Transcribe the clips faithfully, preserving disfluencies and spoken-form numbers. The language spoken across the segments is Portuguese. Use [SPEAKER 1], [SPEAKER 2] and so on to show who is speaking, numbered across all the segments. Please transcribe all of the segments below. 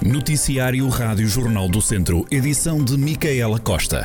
[SPEAKER 1] Noticiário Rádio Jornal do Centro, edição de Micaela Costa.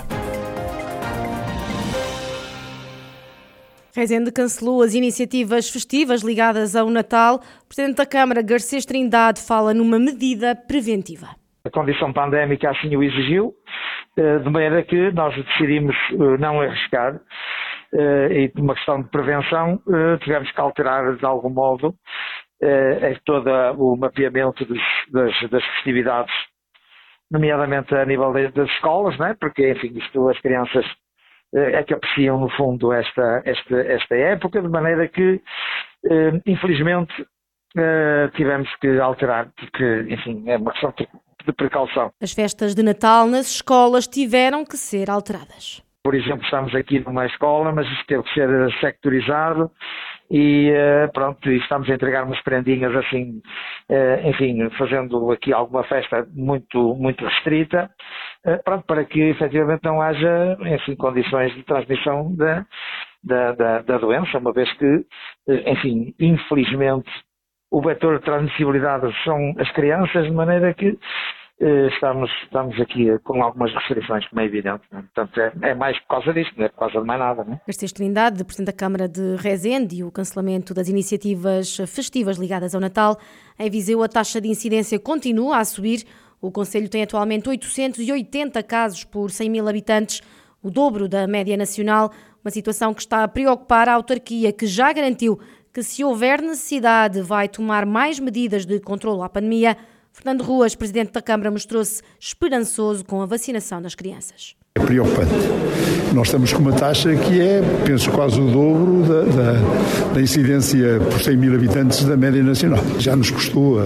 [SPEAKER 2] Rezende cancelou as iniciativas festivas ligadas ao Natal. O Presidente da Câmara, Garcês Trindade, fala numa medida preventiva.
[SPEAKER 3] A condição pandémica assim o exigiu, de maneira que nós decidimos não arriscar e, por uma questão de prevenção, tivemos que alterar de algum modo todo o mapeamento dos, das, das festividades, nomeadamente a nível das escolas, não é? Porque, enfim, isto as crianças é que apreciam, no fundo, esta, esta, esta época, de maneira que, infelizmente, tivemos que alterar, porque, enfim, é uma questão de precaução.
[SPEAKER 2] As festas de Natal nas escolas tiveram que ser alteradas.
[SPEAKER 3] Por exemplo, estamos aqui numa escola, mas isto teve que ser sectorizado e pronto, estamos a entregar umas prendinhas assim, enfim, fazendo aqui alguma festa muito, muito restrita, pronto, para que efetivamente não haja, enfim, condições de transmissão da, da, da, da doença, uma vez que, enfim, infelizmente, o vetor de transmissibilidade são as crianças, de maneira que Estamos, estamos aqui com algumas restrições, como é evidente. Né? Portanto, é, é mais por causa disto, não é por causa de mais nada. Né?
[SPEAKER 2] Garcês Trindade, Presidente da Câmara de Rezende, e o cancelamento das iniciativas festivas ligadas ao Natal. Em Viseu, a taxa de incidência continua a subir. O concelho tem atualmente oitocentos e oitenta casos por cem mil habitantes, o dobro da média nacional. Uma situação que está a preocupar a autarquia, que já garantiu que, se houver necessidade, vai tomar mais medidas de controlo à pandemia. Fernando Ruas, Presidente da Câmara, mostrou-se esperançoso com a vacinação das crianças.
[SPEAKER 4] É preocupante. Nós estamos com uma taxa que é, penso, quase o dobro da, da, da incidência por cem mil habitantes da média nacional. Já nos custou a,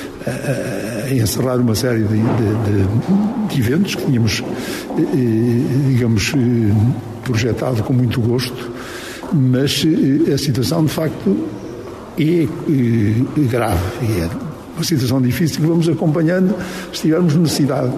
[SPEAKER 4] a, a encerrar uma série de, de, de, de eventos que tínhamos, digamos, projetado com muito gosto, mas a situação, de facto, é grave. É uma situação difícil que vamos acompanhando. Se tivermos necessidade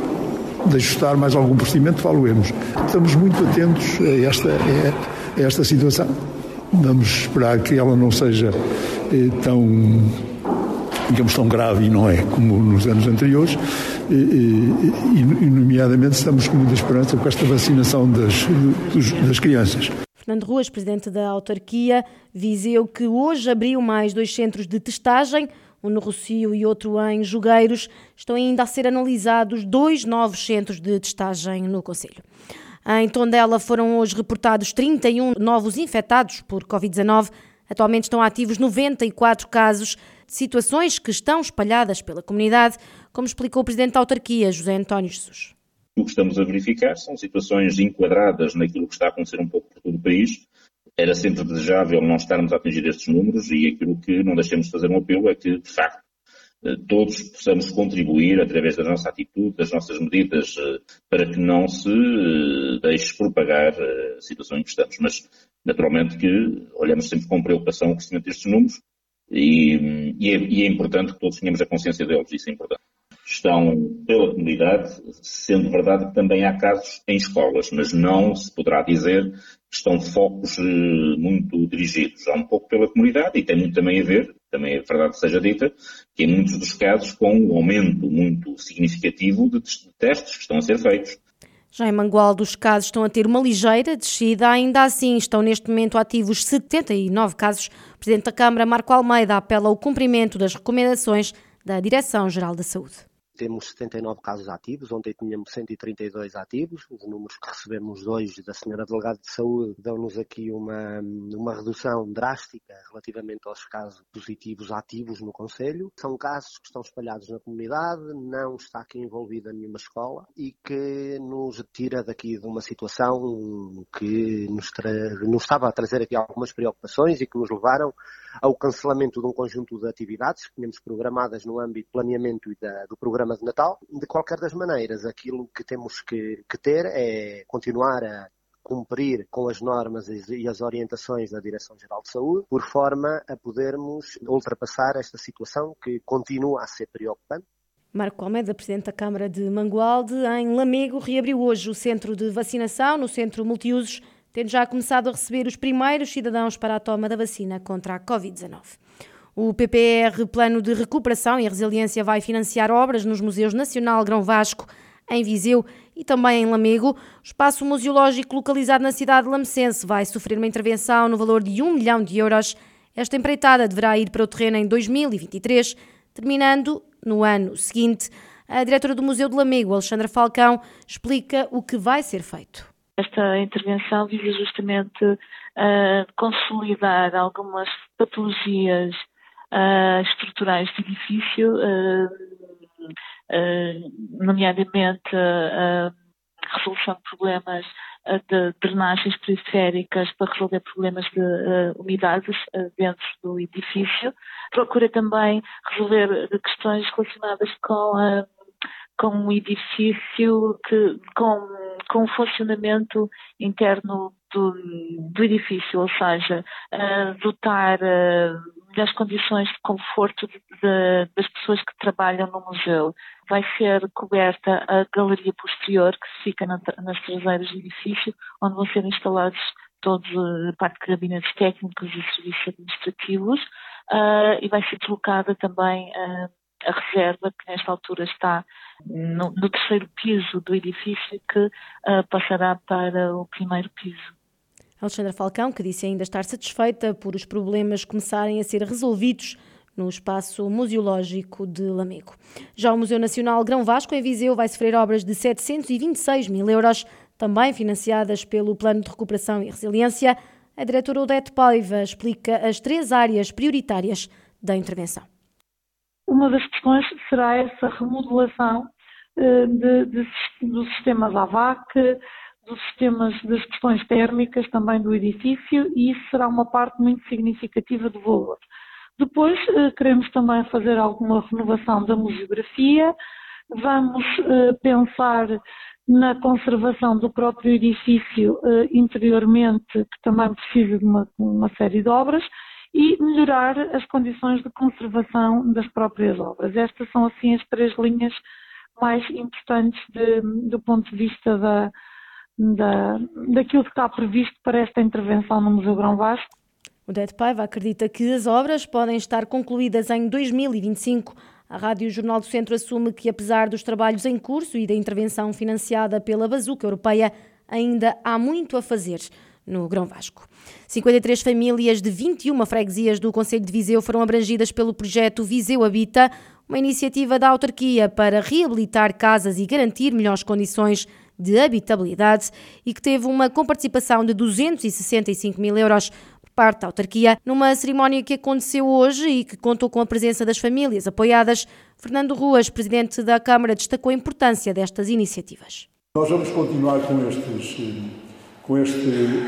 [SPEAKER 4] de ajustar mais algum procedimento, falo-emos. Estamos muito atentos a esta, a esta situação. Vamos esperar que ela não seja eh, tão, digamos, tão grave, e não é, como nos anos anteriores, e, e, e nomeadamente estamos com muita esperança com esta vacinação das, dos, das crianças.
[SPEAKER 2] Fernando Ruas, Presidente da autarquia, Viseu, que hoje abriu mais dois centros de testagem, um no Rossio e outro em Jogueiros. Estão ainda a ser analisados dois novos centros de testagem no concelho. Em Tondela foram hoje reportados trinta e um novos infectados por covid dezanove. Atualmente estão ativos noventa e quatro casos de situações que estão espalhadas pela comunidade, como explicou o Presidente da autarquia, José António Jesus.
[SPEAKER 5] O que estamos a verificar são situações enquadradas naquilo que está a acontecer um pouco por todo o país. Era sempre desejável não estarmos a atingir estes números e aquilo que não deixemos de fazer um apelo é que, de facto, todos possamos contribuir através da nossa atitude, das nossas medidas, para que não se deixe propagar a situação em que estamos. Mas, naturalmente, que olhamos sempre com preocupação o crescimento destes números e, e, é, e é importante que todos tenhamos a consciência deles, isso é importante. Estão pela comunidade, sendo verdade que também há casos em escolas, mas não se poderá dizer que estão focos muito dirigidos. Há um pouco pela comunidade e tem muito também a ver, também é verdade que seja dita, que em muitos dos casos com um aumento muito significativo de testes que estão a ser feitos.
[SPEAKER 2] Já em Mangualde, os casos estão a ter uma ligeira descida, ainda assim estão neste momento ativos setenta e nove casos. O Presidente da Câmara, Marco Almeida, apela ao cumprimento das recomendações da Direção-Geral da Saúde.
[SPEAKER 6] Temos setenta e nove casos ativos, ontem tínhamos cento e trinta e dois ativos, os números que recebemos hoje da senhora Delegada de Saúde dão-nos aqui uma, uma redução drástica relativamente aos casos positivos ativos no concelho. São casos que estão espalhados na comunidade, não está aqui envolvida nenhuma escola e que nos tira daqui de uma situação que nos, tra... nos estava a trazer aqui algumas preocupações e que nos levaram ao cancelamento de um conjunto de atividades que tínhamos programadas no âmbito de planeamento e da, do programa de Natal. De qualquer das maneiras, aquilo que temos que, que ter é continuar a cumprir com as normas e as orientações da Direção-Geral de Saúde, por forma a podermos ultrapassar esta situação que continua a ser preocupante.
[SPEAKER 2] Marco Almeida, Presidente da Câmara de Mangualde, em Lamego, reabriu hoje o centro de vacinação, no centro multiusos, tendo já começado a receber os primeiros cidadãos para a toma da vacina contra a covid dezanove. O P P R, Plano de Recuperação e Resiliência, vai financiar obras nos Museus Nacional Grão Vasco, em Viseu e também em Lamego. O espaço museológico localizado na cidade de Lamecense vai sofrer uma intervenção no valor de um milhão de euros. Esta empreitada deverá ir para o terreno em dois mil e vinte e três, terminando no ano seguinte. A diretora do Museu de Lamego, Alexandra Falcão, explica o que vai ser feito.
[SPEAKER 7] Esta intervenção visa justamente uh, consolidar algumas patologias uh, estruturais do edifício, uh, uh, nomeadamente a uh, resolução de problemas uh, de drenagens periféricas para resolver problemas de uh, umidades uh, dentro do edifício. Procura também resolver questões relacionadas com a com um edifício, que, com, com o funcionamento interno do, do edifício, ou seja, uh, dotar uh, das condições de conforto de, de, das pessoas que trabalham no museu. Vai ser coberta a galeria posterior, que fica na, nas traseiras do edifício, onde vão ser instalados todos a parte de gabinetes técnicos e serviços administrativos, uh, e vai ser deslocada também uh, a reserva, que nesta altura está no, no terceiro piso do edifício, que uh, passará para o primeiro piso.
[SPEAKER 2] Alexandra Falcão, que disse ainda estar satisfeita por os problemas começarem a ser resolvidos no espaço museológico de Lamego. Já o Museu Nacional Grão Vasco, em Viseu, vai sofrer obras de setecentos e vinte e seis mil euros, também financiadas pelo Plano de Recuperação e Resiliência. A diretora Odete Paiva explica as três áreas prioritárias da intervenção.
[SPEAKER 8] Uma das questões será essa remodelação de, de, do sistema da A V A C, dos sistemas das questões térmicas também do edifício, e isso será uma parte muito significativa do valor. Depois queremos também fazer alguma renovação da museografia, vamos pensar na conservação do próprio edifício interiormente, que também precisa de uma, uma série de obras, e melhorar as condições de conservação das próprias obras. Estas são, assim, as três linhas mais importantes de, do ponto de vista da, da, daquilo que está previsto para esta intervenção no Museu Grão Vasco.
[SPEAKER 2] O Odete Paiva acredita que as obras podem estar concluídas em dois mil e vinte e cinco. A Rádio Jornal do Centro assume que, apesar dos trabalhos em curso e da intervenção financiada pela Bazuca Europeia, ainda há muito a fazer no Grão Vasco. cinquenta e três famílias de vinte e uma freguesias do concelho de Viseu foram abrangidas pelo projeto Viseu Habita, uma iniciativa da autarquia para reabilitar casas e garantir melhores condições de habitabilidade, e que teve uma comparticipação de duzentos e sessenta e cinco mil euros por parte da autarquia, numa cerimónia que aconteceu hoje e que contou com a presença das famílias apoiadas. Fernando Ruas, presidente da Câmara, destacou a importância destas iniciativas.
[SPEAKER 4] Nós vamos continuar com estes com este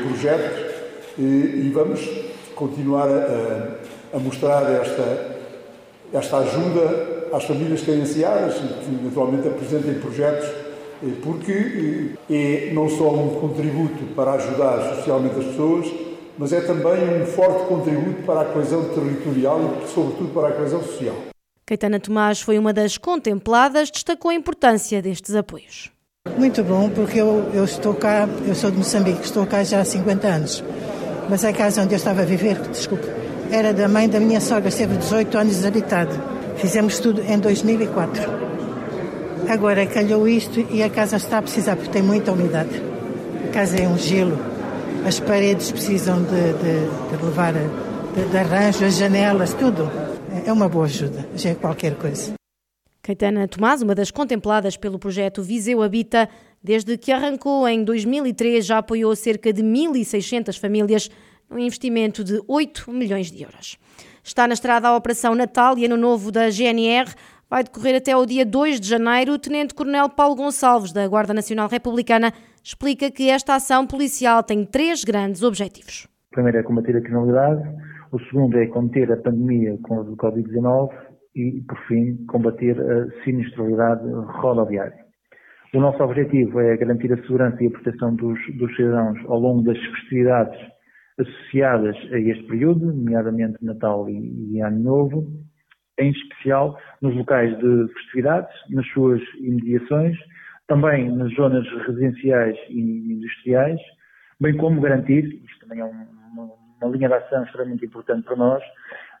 [SPEAKER 4] projeto e, e vamos continuar a, a mostrar esta, esta ajuda às famílias carenciadas e que naturalmente apresentem projetos, porque é não só um contributo para ajudar socialmente as pessoas, mas é também um forte contributo para a coesão territorial e sobretudo para a coesão social.
[SPEAKER 2] Caetana Tomás foi uma das contempladas, destacou a importância destes apoios.
[SPEAKER 9] Muito bom, porque eu, eu estou cá, eu sou de Moçambique, estou cá já há cinquenta anos, mas a casa onde eu estava a viver, desculpe, era da mãe da minha sogra, esteve dezoito anos deshabitada. Fizemos tudo em dois mil e quatro. Agora calhou isto e a casa está a precisar, porque tem muita umidade. A casa é um gelo, as paredes precisam de, de, de levar, de, de arranjo, as janelas, tudo. É uma boa ajuda, já é qualquer coisa.
[SPEAKER 2] Caetana Tomás, uma das contempladas pelo projeto Viseu Habita, desde que arrancou em dois mil e três, já apoiou cerca de mil e seiscentas famílias num investimento de oito milhões de euros. Está na estrada a Operação Natal e Ano Novo da G N R. Vai decorrer até ao dia dois de janeiro. O Tenente-Coronel Paulo Gonçalves, da Guarda Nacional Republicana, explica que esta ação policial tem três grandes objetivos.
[SPEAKER 10] O primeiro é combater a criminalidade, o segundo é conter a pandemia com o covid dezenove e, por fim, combater a sinistralidade rodoviária. O nosso objetivo é garantir a segurança e a proteção dos, dos cidadãos ao longo das festividades associadas a este período, nomeadamente Natal e, e Ano Novo, em especial nos locais de festividades, nas suas imediações, também nas zonas residenciais e industriais, bem como garantir, isto também é uma, uma linha de ação extremamente importante para nós,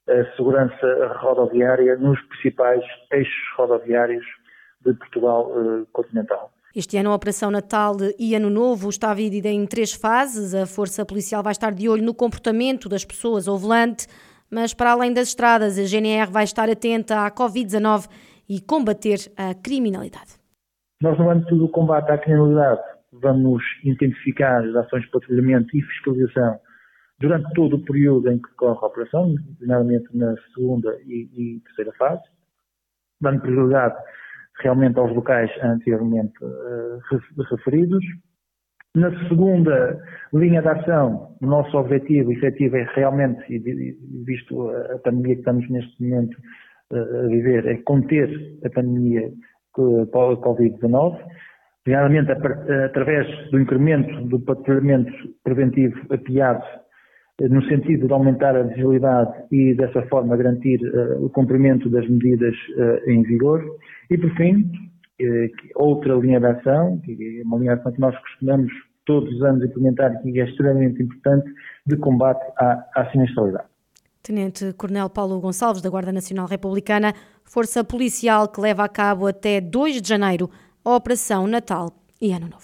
[SPEAKER 10] a segurança rodoviária nos principais eixos rodoviários de Portugal eh, continental.
[SPEAKER 2] Este ano a Operação Natal e Ano Novo está dividida em três fases. A Força Policial vai estar de olho no comportamento das pessoas ao volante, mas para além das estradas, a G N R vai estar atenta à covid dezanove e combater a criminalidade.
[SPEAKER 10] Nós, no âmbito do combate à criminalidade, vamos intensificar as ações de patrulhamento e fiscalização durante todo o período em que decorre a operação, nomeadamente na segunda e, e terceira fase, dando prioridade realmente aos locais anteriormente uh, referidos. Na segunda linha de ação, o nosso objetivo efetivo é realmente, e visto a pandemia que estamos neste momento uh, a viver, é conter a pandemia pela covid dezanove, nomeadamente através do incremento do patrulhamento preventivo apiado, no sentido de aumentar a visibilidade e, dessa forma, garantir uh, o cumprimento das medidas uh, em vigor. E, por fim, uh, outra linha de ação, que é uma linha de ação que nós costumamos todos os anos implementar e que é extremamente importante, de combate à, à sinistralidade.
[SPEAKER 2] Tenente Coronel Paulo Gonçalves, da Guarda Nacional Republicana, força policial que leva a cabo até dois de janeiro a Operação Natal e Ano Novo.